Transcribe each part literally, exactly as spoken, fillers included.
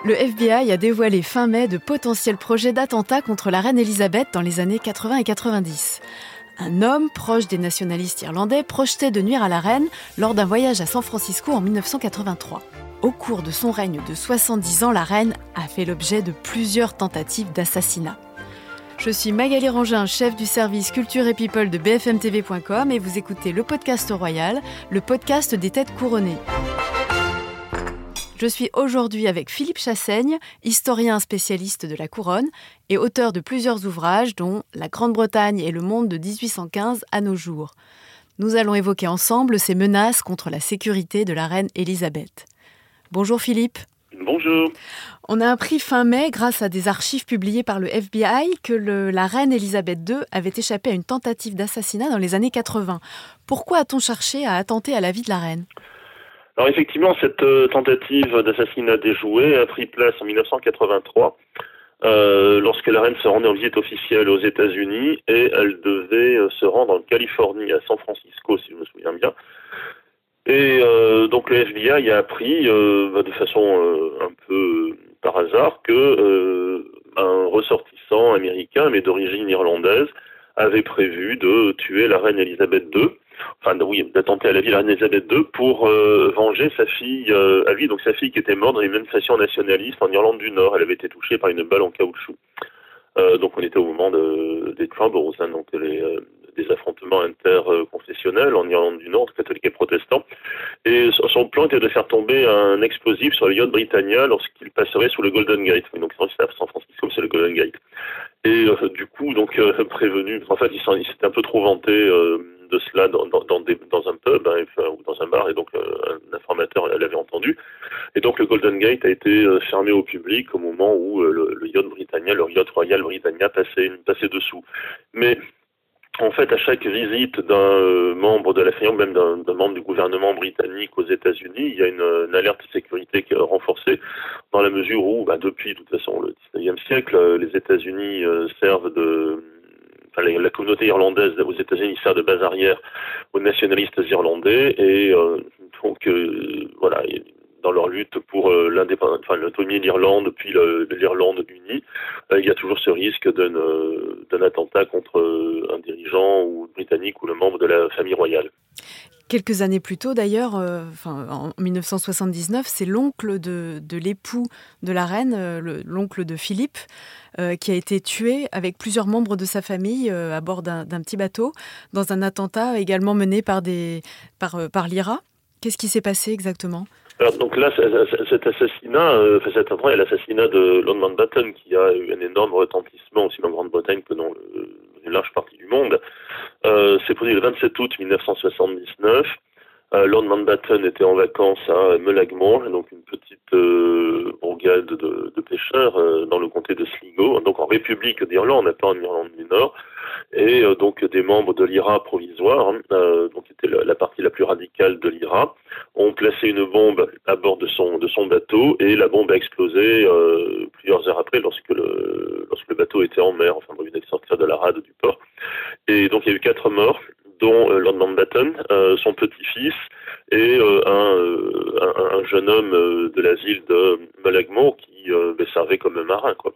Le F B I a dévoilé fin mai de potentiels projets d'attentats contre la reine Elisabeth dans les années quatre-vingts et quatre-vingt-dix. Un homme proche des nationalistes irlandais projetait de nuire à la reine lors d'un voyage à San Francisco en dix-neuf cent quatre-vingt-trois. Au cours de son règne de soixante-dix ans, la reine a fait l'objet de plusieurs tentatives d'assassinat. Je suis Magali Rangin, chef du service Culture et People de b f m t v point com et vous écoutez le podcast royal, le podcast des têtes couronnées. Je suis aujourd'hui avec Philippe Chassaigne, historien spécialiste de la couronne et auteur de plusieurs ouvrages dont La Grande-Bretagne et le monde de dix-huit cent quinze à nos jours. Nous allons évoquer ensemble ces menaces contre la sécurité de la reine Elisabeth. Bonjour Philippe. Bonjour. On a appris fin mai, grâce à des archives publiées par le F B I, que le, la reine Elisabeth deux avait échappé à une tentative d'assassinat dans les années quatre-vingts. Pourquoi a-t-on cherché à attenter à la vie de la reine ? Alors effectivement, cette euh, tentative d'assassinat déjouée a pris place en dix-neuf cent quatre-vingt-trois, euh, lorsque la reine se rendait en visite officielle aux États-Unis et elle devait euh, se rendre en Californie, à San Francisco, si je me souviens bien. Et euh, donc le F B I a appris euh, de façon euh, un peu euh, par hasard que euh, un ressortissant américain, mais d'origine irlandaise, avait prévu de tuer la reine Elisabeth deux. Enfin oui, d'attenter à la vie de la reine Elisabeth deux pour euh, venger sa fille euh, à lui, donc sa fille qui était morte dans une manifestation nationaliste en Irlande du Nord. Elle avait été touchée par une balle en caoutchouc. Euh, donc on était au moment de, des Troubles, hein, donc les, euh, des affrontements interconfessionnels en Irlande du Nord, catholiques et protestants. Et son plan était de faire tomber un explosif sur le yacht Britannia lorsqu'il passerait sous le Golden Gate. Donc c'est à San Francisco, c'est le Golden Gate. Et euh, du coup, donc euh, prévenu, en fait, il, il s'était un peu trop vanté euh, de cela dans, dans, dans, des, dans un pub hein, enfin, ou dans un bar, et donc euh, un informateur l'avait entendu. Et donc le Golden Gate a été euh, fermé au public au moment où euh, le, le yacht Britannia, le yacht Royal Britannia passait, passait dessous. Mais en fait, à chaque visite d'un euh, membre de la famille, ou même d'un, d'un membre du gouvernement britannique aux États-Unis, il y a une, une alerte de sécurité qui est renforcée dans la mesure où, bah, depuis, de toute façon, le dix-neuvième siècle, les États-Unis euh, servent de... Enfin, la, la communauté irlandaise aux États-Unis sert de base arrière aux nationalistes irlandais et euh, donc, euh, voilà... dans leur lutte pour euh, l'indépendance, enfin l'autonomie de l'Irlande, puis le, l'Irlande unie, euh, il y a toujours ce risque d'un, euh, d'un attentat contre euh, un dirigeant ou britannique ou le membre de la famille royale. Quelques années plus tôt, d'ailleurs, euh, enfin, en dix-neuf cent soixante-dix-neuf, c'est l'oncle de, de l'époux de la reine, euh, le, l'oncle de Philippe, euh, qui a été tué avec plusieurs membres de sa famille euh, à bord d'un, d'un petit bateau, dans un attentat également mené par, des, par, euh, par l'I R A. Qu'est-ce qui s'est passé exactement ? Alors donc là, cet assassinat, euh, enfin, cet attentat est l'assassinat de Lord Mountbatten, qui a eu un énorme retentissement aussi dans Grande-Bretagne que dans le, une large partie du monde. Euh, c'est produit le vingt-sept août dix-neuf cent soixante-dix-neuf. Euh, Lord Mountbatten était en vacances à Mullaghmore, donc une petite euh, bourgade de, de pêcheurs euh, dans le comté de Sligo, donc en République d'Irlande, pas en Irlande du Nord. Et euh, donc des membres de l'I R A provisoire, hein, euh, donc était la, la partie la plus radicale de l'I R A, ont placé une bombe à bord de son de son bateau et la bombe a explosé euh, plusieurs heures après lorsque le lorsque le bateau était en mer, enfin il venait de sortir de la rade du port. Et donc il y a eu quatre morts, dont euh, Lord Mountbatten, euh, son petit-fils et euh, un, euh, un un jeune homme euh, de la ville de Mullaghmore qui euh, servait comme marin, quoi.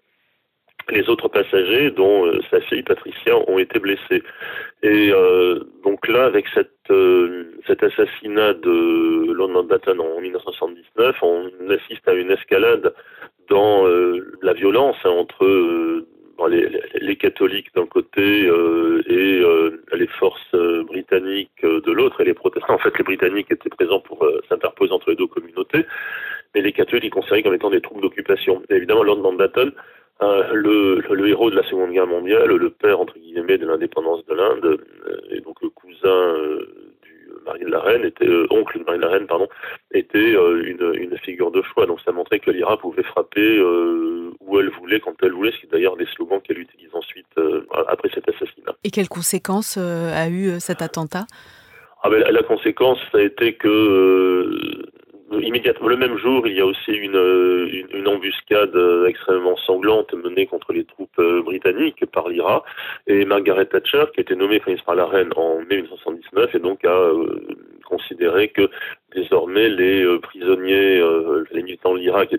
Les autres passagers, dont euh, sa fille Patricia, ont été blessés. Et euh, donc là, avec cette, euh, cet assassinat de Lord Mountbatten en dix-neuf cent soixante-dix-neuf, on assiste à une escalade dans euh, la violence hein, entre euh, bon, les, les catholiques d'un côté euh, et euh, les forces euh, britanniques euh, de l'autre, et les protestants. En fait, les Britanniques étaient présents pour euh, s'interposer entre les deux communautés, mais les catholiques considérés comme étant des troupes d'occupation. Et évidemment, Lord Mountbatten, Euh, le, le, le héros de la Seconde Guerre mondiale, le père entre guillemets de l'indépendance de l'Inde, euh, et donc le cousin euh, du mari de la reine, était euh, oncle du mari de la reine, pardon, était euh, une, une figure de choix. Donc ça montrait que l'I R A pouvait frapper euh, où elle voulait, quand elle voulait, ce qui est d'ailleurs des slogans qu'elle utilise ensuite euh, après cet assassinat. Et quelles conséquences euh, a eu euh, cet attentat ? Ah ben, la conséquence, ça a été que euh, immédiatement, le même jour, il y a aussi une, une, une embuscade extrêmement sanglante menée contre les troupes britanniques par l'I R A. Et Margaret Thatcher, qui a été nommée Premier ministre par la reine en mai dix-neuf cent soixante-dix-neuf, et donc a euh, considéré que désormais les euh, prisonniers, euh, les militants de l'I R A qui étaient emprisonnés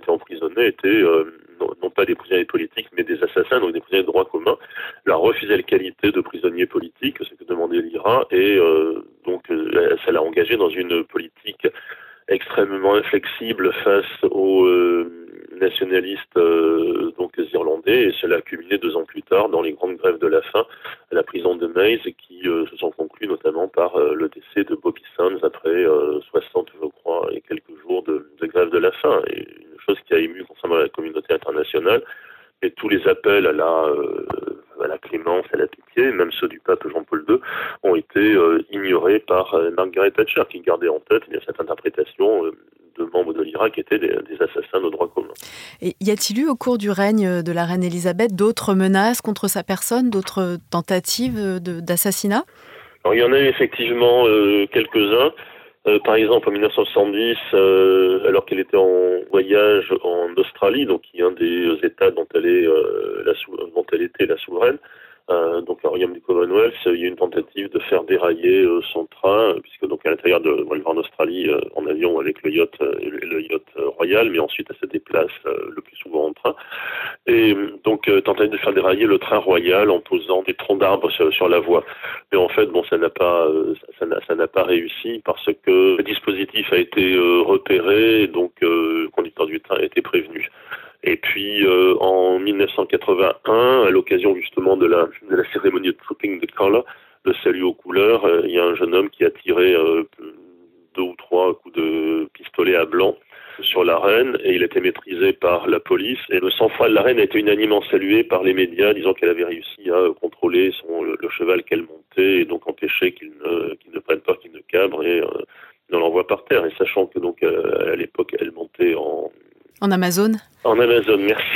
emprisonnés étaient euh, non, non pas des prisonniers politiques, mais des assassins, donc des prisonniers de droit commun. Elle a refusé la qualité de prisonnier politique, ce que demandait l'I R A, et euh, donc euh, ça l'a engagé dans une politique extrêmement inflexible face aux euh, nationalistes euh, donc irlandais, et cela a culminé deux ans plus tard dans les grandes grèves de la faim à la prison de Maze, qui euh, se sont conclues notamment par euh, le décès de Bobby Sands après euh, soixante, je crois, et quelques jours de, de grève de la faim. Et une chose qui a ému concernant la communauté internationale, et tous les appels à la, euh, à la clémence, à la pitié, même ceux du pape Jean-Paul deux, ont été euh, ignorés par euh, Margaret Thatcher, qui gardait en tête eh bien, cette interprétation euh, de membres de l'I R A qui étaient des, des assassins de droit commun. Et y a-t-il eu au cours du règne de la reine Elisabeth d'autres menaces contre sa personne, d'autres tentatives de, d'assassinat ? Alors, il y en a eu effectivement euh, quelques-uns. Euh, par exemple, en dix-neuf cent soixante-dix, euh, alors qu'elle était en voyage en Australie, donc qui est un des États dont elle, est, euh, la sou- dont elle était la souveraine, euh, donc le royaume du Commonwealth, il y a eu une tentative de faire dérailler euh, son train, puisque donc à l'intérieur de, bon, elle va en Australie euh, en avion avec le yacht, euh, le yacht euh, royal, mais ensuite elle se déplace euh, le plus souvent en train. Et donc euh, tentative de faire dérailler le train royal en posant des troncs d'arbres sur, sur la voie. Mais en fait, bon, ça n'a pas, euh, ça n'a, ça n'a pas réussi parce que le dispositif a été euh, repéré, et donc euh, le conducteur du train a été prévenu. Et puis euh, en dix-neuf cent quatre-vingt-un, à l'occasion justement de la, de la cérémonie de Trooping the Colour, le salut aux couleurs, euh, il y a un jeune homme qui a tiré euh, deux ou trois coups de pistolet à blanc sur la reine, et il a été maîtrisé par la police. Et le sang-froid de la reine a été unanimement salué par les médias, disant qu'elle avait réussi à contrôler son, le, le cheval qu'elle montait, et donc empêcher qu'il ne, qu'il ne prenne peur, qu'il ne cabre, et euh, ne l'envoie par terre. Et sachant que donc euh, à l'époque, elle montait en... En Amazone ? En Amazone, merci.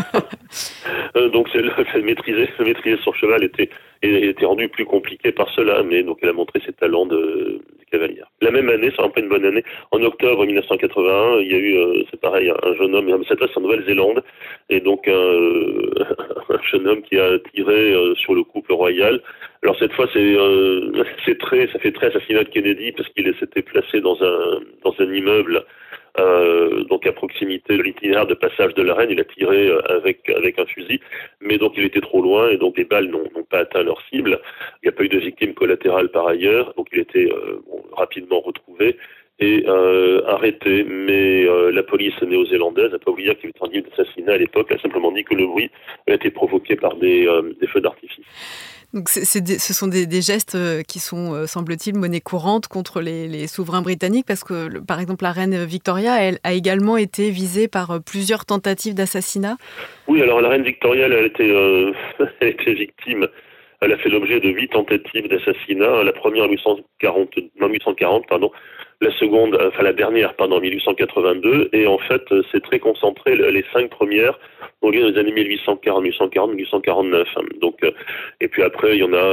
euh, donc c'est, le, maîtriser, maîtriser son cheval était, était rendu plus compliqué par cela, mais donc elle a montré ses talents de, de cavalière. La même année, c'est un peu une bonne année, en octobre dix-neuf cent quatre-vingt-un, il y a eu, euh, c'est pareil, un jeune homme, cette fois c'est en Nouvelle-Zélande, et donc un, euh, un jeune homme qui a tiré euh, sur le couple royal. Alors cette fois c'est, euh, c'est très, ça fait très assassinat de Kennedy, parce qu'il s'était placé dans un, dans un immeuble Euh, donc à proximité de l'itinéraire de passage de la reine, il a tiré avec avec un fusil, mais donc il était trop loin et donc les balles n'ont, n'ont pas atteint leur cible. Il n'y a pas eu de victimes collatérales par ailleurs, donc il était euh, bon, rapidement retrouvé et euh, arrêté. Mais euh, la police néo-zélandaise n'a pas oublié qu'il y avait une tentative d'assassinat à l'époque. Elle a simplement dit que le bruit a été provoqué par des, euh, des feux d'artifice. Donc c'est, c'est des, ce sont des, des gestes qui sont, euh, semble-t-il, monnaie courante contre les, les souverains britanniques, parce que, le, par exemple, la reine Victoria, elle a également été visée par euh, plusieurs tentatives d'assassinat. Oui, alors la reine Victoria, elle a été, euh, elle a été victime. Elle a fait l'objet de huit tentatives d'assassinat. La première en dix-huit cent quarante, non, dix-huit cent quarante, pardon. La seconde, enfin la dernière, pardon, en dix-huit cent quatre-vingt-deux. Et en fait, c'est très concentré. Les cinq premières ont lieu dans les années dix-huit cent quarante, dix-huit cent quarante, dix-huit cent quarante-neuf. Donc, et puis après, il y en a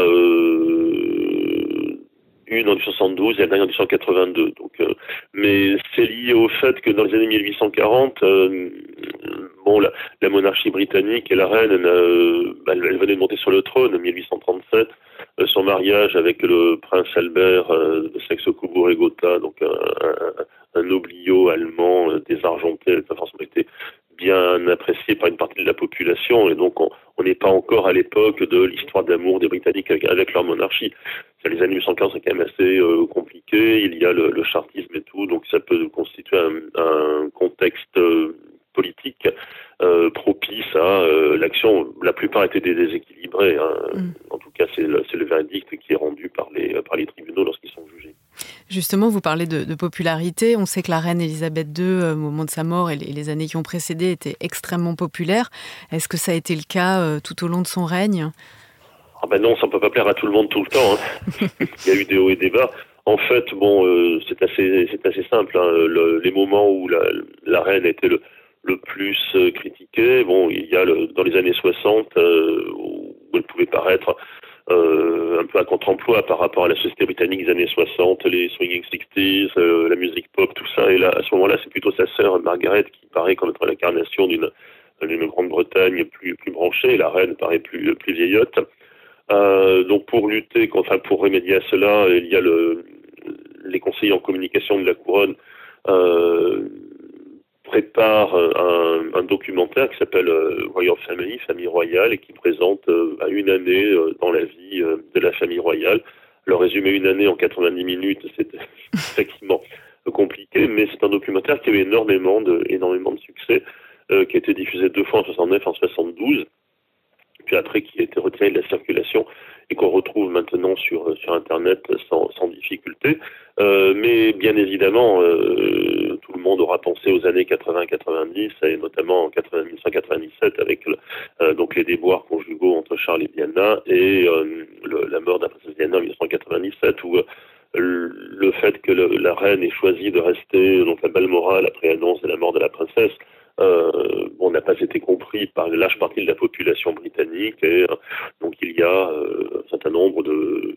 euh, une en dix-huit cent soixante-douze et la dernière en dix-huit cent quatre-vingt-deux. Donc, euh, mais c'est lié au fait que dans les années dix-huit cent quarante, euh, bon, la, la monarchie britannique et la reine, euh, elle, elle venait de monter sur le trône en dix-huit cent trente-sept. Euh, son mariage avec le prince Albert euh, de Saxe-Cobourg-et-Gotha, donc un, un, un nobliau allemand euh, désargenté, n'a pas forcément été bien apprécié par une partie de la population, et donc on n'est pas encore à l'époque de l'histoire d'amour des Britanniques avec, avec leur monarchie. Les années dix-huit cent quinze, c'est quand même assez euh, compliqué, il y a le, le chartisme et tout, donc ça peut constituer un, un contexte euh, politique euh, propice à euh, l'action. La plupart étaient déséquilibrés, hein. Mm. En tout cas c'est le, c'est le verdict qui est rendu par les, par les tribunaux lorsqu'ils sont jugés. Justement, vous parlez de, de popularité. On sait que la reine Elisabeth deux, au moment de sa mort et les, les années qui ont précédé, était extrêmement populaire. Est-ce que ça a été le cas euh, tout au long de son règne ? Ah ben non, ça ne peut pas plaire à tout le monde tout le temps, hein. Il y a eu des hauts et des bas. En fait, bon, euh, c'est assez, c'est assez simple, hein. Le, les moments où la, la reine était le, le plus euh, critiquée, bon, il y a le, dans les années soixante, euh, où elle pouvait paraître euh, un peu à contre-emploi par rapport à la société britannique des années soixante, les swinging sixties, euh, la musique pop, tout ça. Et là, à ce moment-là, c'est plutôt sa sœur Margaret qui paraît comme être l'incarnation d'une, d'une Grande-Bretagne plus, plus branchée. La reine paraît plus, plus vieillotte. Euh, donc pour lutter, enfin pour remédier à cela, il y a le, les conseillers en communication de la couronne euh, prépare un, un documentaire qui s'appelle euh, Royal Family, Famille Royale, et qui présente euh, une année euh, dans la vie euh, de la famille royale. Alors résumer une année en quatre-vingt-dix minutes, c'est effectivement compliqué, mais c'est un documentaire qui a eu énormément de, énormément de succès, euh, qui a été diffusé deux fois en soixante-neuf, en soixante-douze, puis après qui a été retiré de la circulation et qu'on retrouve maintenant sur sur Internet sans, sans difficulté. Euh, mais bien évidemment, euh, tout le monde aura pensé aux années quatre-vingts quatre-vingt-dix, et notamment en dix-neuf cent quatre-vingt-dix-sept avec le, euh, donc les déboires conjugaux entre Charles et Diana et euh, le, la mort de la princesse Diana en dix-neuf cent quatre-vingt-dix-sept, où euh, le fait que le, la reine ait choisi de rester donc à Balmoral après l'annonce de la mort de la princesse, euh, bon, n'a pas été compris par une large partie de la population britannique, et euh, donc il y a euh, un certain nombre de,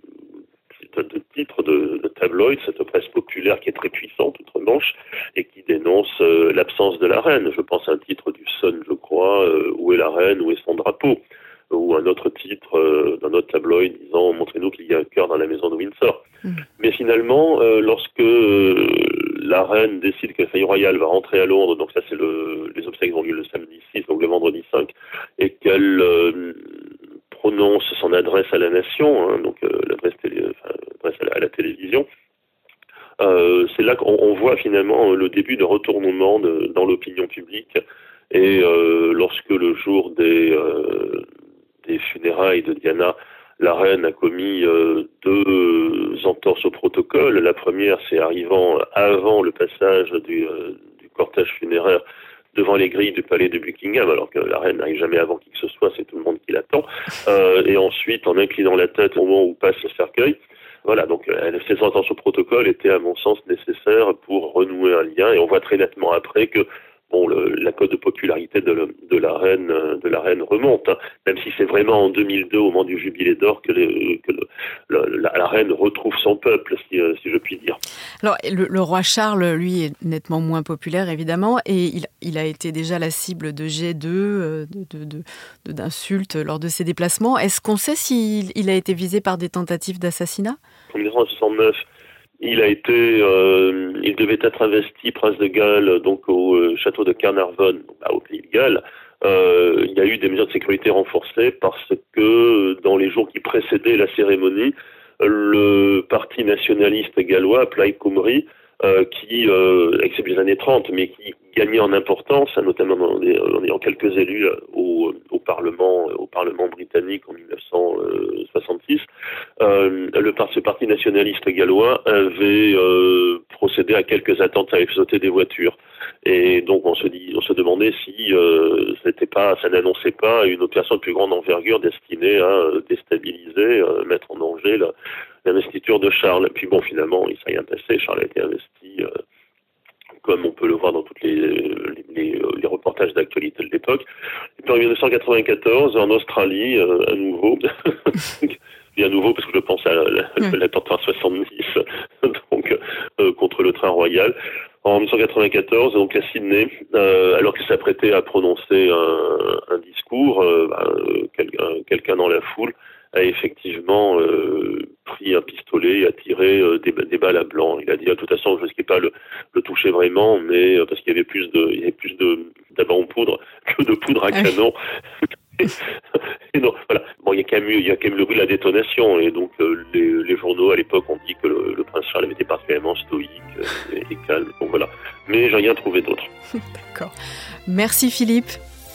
de, de titres de, de tabloïds, cette presse populaire qui est très puissante outre-Manche et qui dénonce euh, l'absence de la reine. Je pense à un titre du Sun, je crois, euh, où est la reine, où est son drapeau, ou un autre titre euh, d'un autre tabloïd disant « Montrez-nous qu'il y a un cœur dans la maison de Windsor mmh. ». Mais finalement, euh, lorsque euh, la reine décide que la famille royale va rentrer à Londres, donc ça c'est le, les obsèques ont lieu le samedi six, donc le vendredi cinq, et qu'elle euh, prononce son adresse à la nation, hein, donc euh, l'adresse, télé, enfin, l'adresse à, la, à la télévision, euh, c'est là qu'on on voit finalement le début de retournement de, dans l'opinion publique. Et euh, lorsque le jour des... Euh, des funérailles de Diana, la reine a commis euh, deux entorses au protocole. La première, c'est arrivant avant le passage du, euh, du cortège funéraire devant les grilles du palais de Buckingham, alors que la reine n'arrive jamais avant qui que ce soit, c'est tout le monde qui l'attend. Euh, et ensuite, en inclinant la tête au moment où passe le cercueil. Voilà, donc euh, ces entorses au protocole étaient, à mon sens, nécessaires pour renouer un lien. Et on voit très nettement après que Bon, le, la cote de popularité de, le, de la reine, de la reine remonte, hein, même si c'est vraiment en deux mille deux, au moment du Jubilé d'Or, que, les, que le, le, la, la reine retrouve son peuple, si, si je puis dire. Alors, le, le roi Charles, lui, est nettement moins populaire, évidemment, et il, il a été déjà la cible de jets de, de, de, de, d'insultes lors de ses déplacements. Est-ce qu'on sait s'il il a été visé par des tentatives d'assassinat ? En dix-neuf cent soixante-neuf, il a été, euh, il devait être investi prince de Galles, donc au euh, château de Carnarvon, bah, au pays de Galles. Euh, il y a eu des mesures de sécurité renforcées parce que dans les jours qui précédaient la cérémonie, le parti nationaliste gallois, Plaid Cymru, euh, qui, euh, excepté les années trente, mais qui gagnait en importance, notamment en ayant quelques élus au, au Parlement, au Parlement britannique en dix-neuf cent soixante-six, euh, le ce parti nationaliste gallois avait euh, procédé à quelques attentats, avait sauté des voitures. Et donc on se dit, on se demandait si euh, c'était pas, ça n'annonçait pas une opération de plus grande envergure destinée à déstabiliser, euh, mettre en danger la, l'investiture de Charles. Et puis bon, finalement, il s'est rien passé. Charles a été investi, euh, comme on peut le voir dans tous les, les, les, les reportages d'actualité de l'époque. Et puis en dix-neuf cent quatre-vingt-quatorze, en Australie, euh, à nouveau, bien nouveau parce que je pense à l'attentat la, la, soixante-dix, donc euh, contre le train royal. En dix-neuf cent quatre-vingt-quatorze, donc à Sydney, euh, alors qu'il s'apprêtait à prononcer un, un discours, euh, bah, quelqu'un, quelqu'un dans la foule a effectivement euh, pris un pistolet et a tiré euh, des, des balles à blanc. Il a dit, de toute façon, je ne risquais pas le, le toucher vraiment, mais euh, parce qu'il y avait plus de, il y avait plus de d'abord en poudre que de poudre à canon. et, et non, voilà. Bon, il y a quand même eu, il y a quand même le bruit de la détonation, et donc euh, les, les journaux à l'époque ont dit que le, le prince Charles avait été particulièrement stoïque euh, et, et calme. Donc voilà. Mais j'ai rien trouvé d'autre. D'accord. Merci Philippe.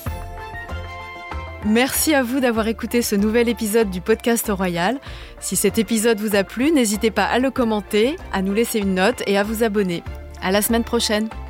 Merci à vous d'avoir écouté ce nouvel épisode du podcast Royal. Si cet épisode vous a plu, n'hésitez pas à le commenter, à nous laisser une note et à vous abonner. À la semaine prochaine.